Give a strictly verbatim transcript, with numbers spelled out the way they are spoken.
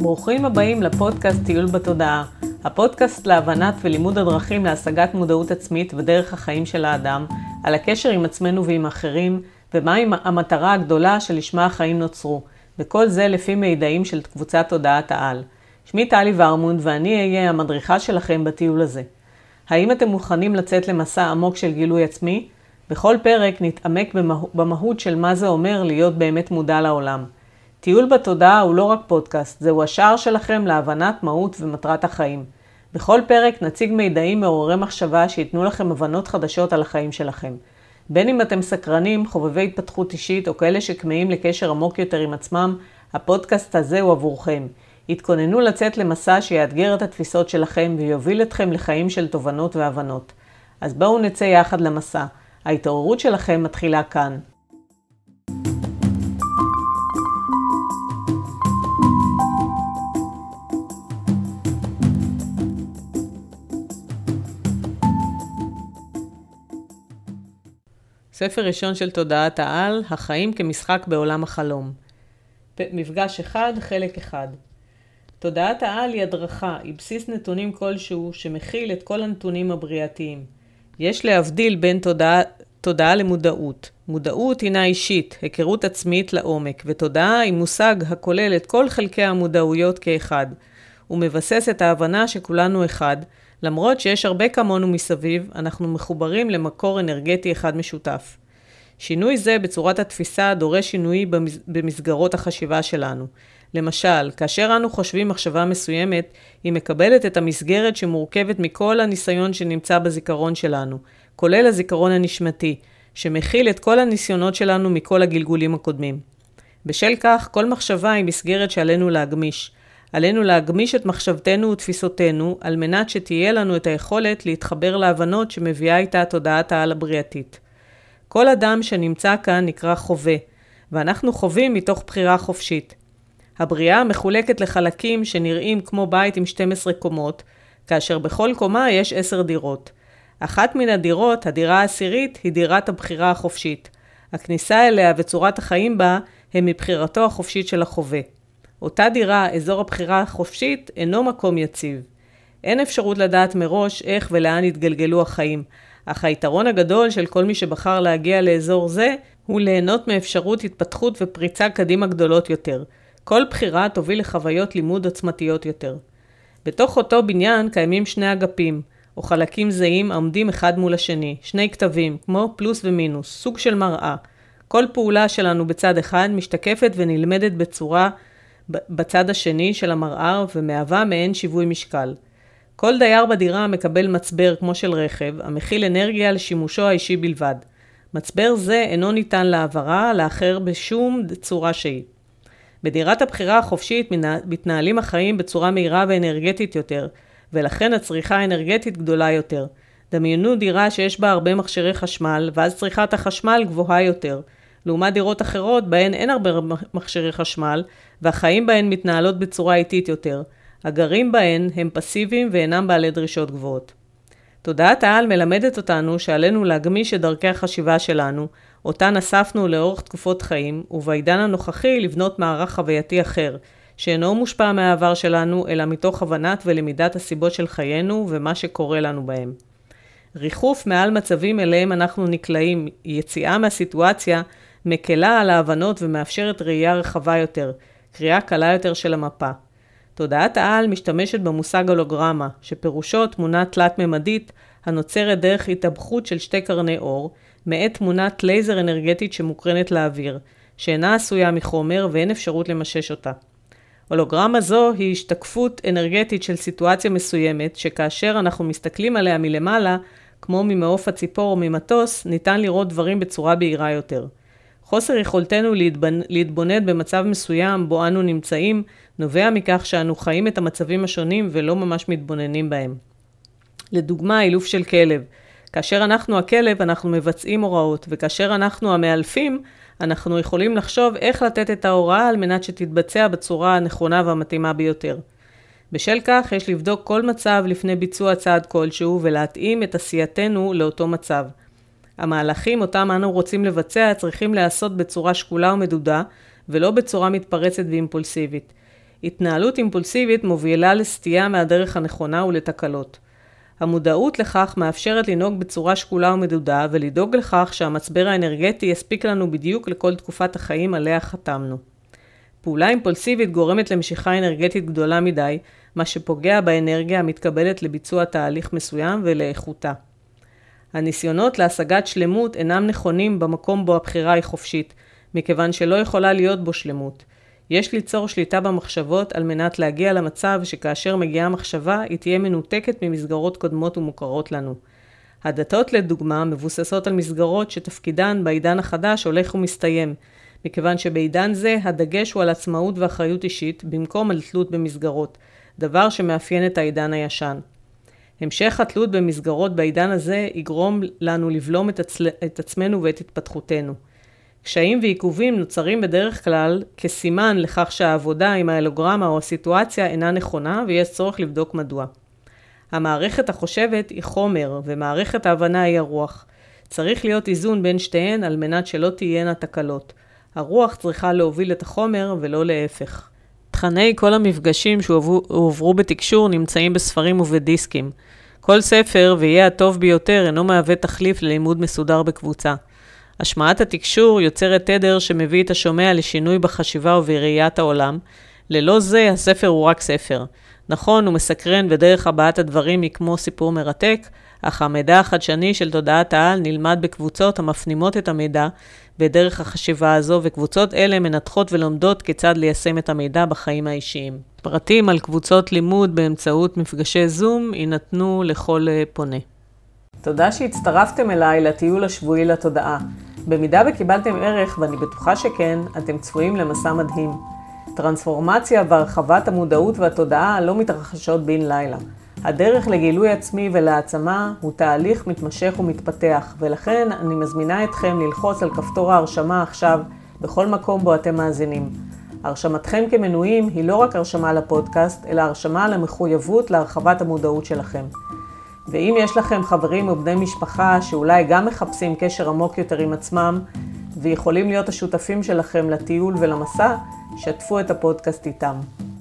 ברוכים הבאים לפודקאסט טיול בתודעה, הפודקאסט להבנת ולימוד הדרכים להשגת מודעות עצמית ודרך החיים של האדם, על הקשר עם עצמנו ועם אחרים, ומהי המטרה הגדולה שלשמה החיים נוצרו, וכל זה לפי מידעים של קבוצת תודעת העל. שמי טלי ורמונד ואני אהיה המדריכה שלכם בטיול הזה. האם אתם מוכנים לצאת למסע עמוק של גילוי עצמי? בכל פרק נתעמק במהות של מה זה אומר להיות באמת מודע לעולם. טיול בתודעה הוא לא רק פודקאסט, זהו השער שלכם להבנת מהות ומטרת החיים. בכל פרק נציג מידעים מעוררי מחשבה שיתנו לכם הבנות חדשות על החיים שלכם. בין אם אתם סקרנים, חובבי התפתחות אישית או כאלה שכמהים לקשר עמוק יותר עם עצמם, הפודקאסט הזה הוא עבורכם. התכוננו לצאת למסע שיאתגר את התפיסות שלכם ויוביל אתכם לחיים של תובנות והבנות. אז בואו נצא יחד למסע. ההתעוררות שלכם מתחילה כאן. ספר ראשון של תודעת העל, החיים כמשחק בעולם החלום. מפגש אחד, חלק אחד. תודעת העל היא הדרכה, היא בסיס נתונים כלשהו שמכיל את כל הנתונים הבריאתיים. יש להבדיל בין תודעה, תודעה למודעות. מודעות הינה אישית, היכרות עצמית לעומק, ותודעה היא מושג הכולל את כל חלקי המודעויות כאחד. הוא מבסס את ההבנה שכולנו אחד, למרות שיש הרבה כמונו מסביב, אנחנו מחוברים למקור אנרגטי אחד משותף. שינוי זה בצורת התפיסה דורש שינוי במסגרות החשיבה שלנו. למשל, כאשר אנו חושבים מחשבה מסוימת, היא מקבלת את המסגרת שמורכבת מכל הניסיון שנמצא בזיכרון שלנו, כולל הזיכרון הנשמתי, שמכיל את כל הניסיונות שלנו מכל הגלגולים הקודמים. בשל כך, כל מחשבה היא מסגרת שעלינו להגמיש. עלינו להגמיש את מחשבתנו ותפיסותינו, על מנת שתהיה לנו את היכולת להתחבר להבנות שמביאה איתה תודעת העל הבריאתית. כל אדם שנמצא כאן נקרא חווה, ואנחנו חווים מתוך בחירה חופשית. הבריאה מחולקת לחלקים שנראים כמו בית עם שתים עשרה קומות, כאשר בכל קומה יש עשר דירות. אחת מן הדירות, הדירה העשירית, היא דירת הבחירה החופשית. הכניסה אליה וצורת החיים בה הם מבחירתו החופשית של החווה. אותה דירה, אזור הבחירה החופשית, אינו מקום יציב. אין אפשרות לדעת מראש איך ולאן יתגלגלו החיים, אך היתרון הגדול של כל מי שבחר להגיע לאזור זה, הוא ליהנות מאפשרות התפתחות ופריצה קדימה גדולות יותר. כל בחירה תוביל לחוויות לימוד עוצמתיות יותר. בתוך אותו בניין קיימים שני אגפים, או חלקים זהים עומדים אחד מול השני, שני כתבים, כמו פלוס ומינוס, סוג של מראה. כל פעולה שלנו בצד אחד משתקפת ונלמדת בצורה בצד השני של המראה ומהווה מעין שיווי משקל. כל דייר בדירה מקבל מצבר כמו של רכב, המכיל אנרגיה לשימושו האישי בלבד. מצבר זה אינו ניתן להעברה לאחר בשום צורה שהיא. בדירת הבחירה החופשית מתנהלים החיים בצורה מהירה ואנרגטית יותר, ולכן הצריכה האנרגטית גדולה יותר. דמיינו דירה שיש בה הרבה מכשירי חשמל, ואז צריכת החשמל גבוהה יותר. לעומת דירות אחרות בהן אין הרבה מכשירי חשמל, והחיים בהן מתנהלות בצורה איטית יותר. הגרים בהן הם פסיביים ואינם בעלי דרישות גבוהות. תודעת העל מלמדת אותנו שעלינו להגמיש את דרכי החשיבה שלנו, אותן אספנו לאורך תקופות חיים, ובעידן הנוכחי לבנות מערך חווייתי אחר, שאינו מושפע מהעבר שלנו, אלא מתוך הבנת ולמידת הסיבות של חיינו ומה שקורה לנו בהם. ריחוף מעל מצבים אליהם אנחנו נקלעים, יציאה מהסיטואציה, מקלה על ההבנות ומאפשרת ראייה רחבה יותר, קריאה קלה יותר של המפה. תודעת העל משתמשת במושג הולוגרמה, שפירושו תמונה תלת-ממדית הנוצרת דרך התאבכות של שתי קרני אור, מעת תמונת לייזר אנרגטית שמוקרנת לאוויר, שאינה עשויה מחומר ואין אפשרות למשש אותה. הולוגרמה זו היא השתקפות אנרגטית של סיטואציה מסוימת, שכאשר אנחנו מסתכלים עליה מלמעלה, כמו ממעוף הציפור או ממטוס, ניתן לראות דברים בצורה בהירה יותר. חוסר יכולתנו להתבונן במצב מסוים בו אנו נמצאים, נובע מכך שאנו חיים את המצבים השונים ולא ממש מתבוננים בהם. לדוגמה, אילוף של כלב. כאשר אנחנו הכלב, אנחנו מבצעים הוראות, וכאשר אנחנו המאלפים, אנחנו יכולים לחשוב איך לתת את ההוראה על מנת שתתבצע בצורה הנכונה והמתאימה ביותר. בשל כך, יש לבדוק כל מצב לפני ביצוע צעד כלשהו ולהתאים את עשייתנו לאותו מצב. המהלכים אותם אנו רוצים לבצע צריכים להיעשות בצורה שקולה ומדודה, ולא בצורה מתפרצת ואימפולסיבית. התנהלות אימפולסיבית מובילה לסטייה מהדרך הנכונה ולתקלות. המודעות לכך מאפשרת לנהוג בצורה שקולה ומדודה ולדאוג לכך שהמצבר האנרגטי יספיק לנו בדיוק לכל תקופת החיים עליה חתמנו. פעולה אימפולסיבית גורמת למשיכה אנרגטית גדולה מדי, מה שפוגע באנרגיה המתקבלת לביצוע תהליך מסוים ולאיכותה. הניסיונות להשגת שלמות אינם נכונים במקום בו הבחירה היא חופשית, מכיוון שלא יכולה להיות בו שלמות. יש ליצור שליטה במחשבות על מנת להגיע למצב שכאשר מגיעה מחשבה היא תהיה מנותקת ממסגרות קודמות ומוכרות לנו. הדתות לדוגמה מבוססות על מסגרות שתפקידן בעידן החדש הולך ומסתיים, מכיוון שבעידן זה הדגש הוא על עצמאות ואחריות אישית במקום על תלות במסגרות, דבר שמאפיין את העידן הישן. המשך התלות במסגרות בעידן הזה יגרום לנו לבלום את, עצל... את עצמנו ואת התפתחותנו. קשיים ועיכובים נוצרים בדרך כלל כסימן לכך שהעבודה עם האלוגרמה או הסיטואציה אינה נכונה ויש צורך לבדוק מדוע. המערכת החושבת היא חומר ומערכת ההבנה היא הרוח. צריך להיות איזון בין שתיהן על מנת שלא תהיינה תקלות. הרוח צריכה להוביל את החומר ולא להפך. תכני כל המפגשים שהועברו בתקשור נמצאים בספרים ובדיסקים. כל ספר, ויהיה הטוב ביותר, אינו מהווה תחליף ללימוד מסודר בקבוצה. השמעת התקשור יוצרת תדר שמביא את השומע לשינוי בחשיבה ובראיית העולם. ללא זה, הספר הוא רק ספר. נכון, הוא מסקרן ודרך הבעת הדברים היא כמו סיפור מרתק, אך המידע החדשני של תודעת העל נלמד בקבוצות המפנימות את המידע בדרך החשיבה הזו, וקבוצות אלה מנתחות ולומדות כיצד ליישם את המידע בחיים האישיים. פרטים על קבוצות לימוד באמצעות מפגשי זום יינתנו לכל פונה. תודה שהצטרפתם אליי לטיול השבועי לתודעה. במידה וקיבלתם ערך, ואני בטוחה שכן, אתם צפויים למסע מדהים. טרנספורמציה והרחבת המודעות והתודעה לא מתרחשות בן לילה. הדרך לגילוי עצמי ולהעצמה הוא תהליך מתמשך ומתפתח, ולכן אני מזמינה אתכם ללחוץ על כפתור ההרשמה עכשיו בכל מקום בו אתם מאזינים. הרשמתכם כמנויים היא לא רק הרשמה לפודקאסט, אלא הרשמה למחויבות להרחבת המודעות שלכם. ואם יש לכם חברים ובני משפחה שאולי גם מחפשים קשר עמוק יותר עם עצמם, ויכולים להיות השותפים שלכם לטיול ולמסע, שתפו את הפודקאסט איתם.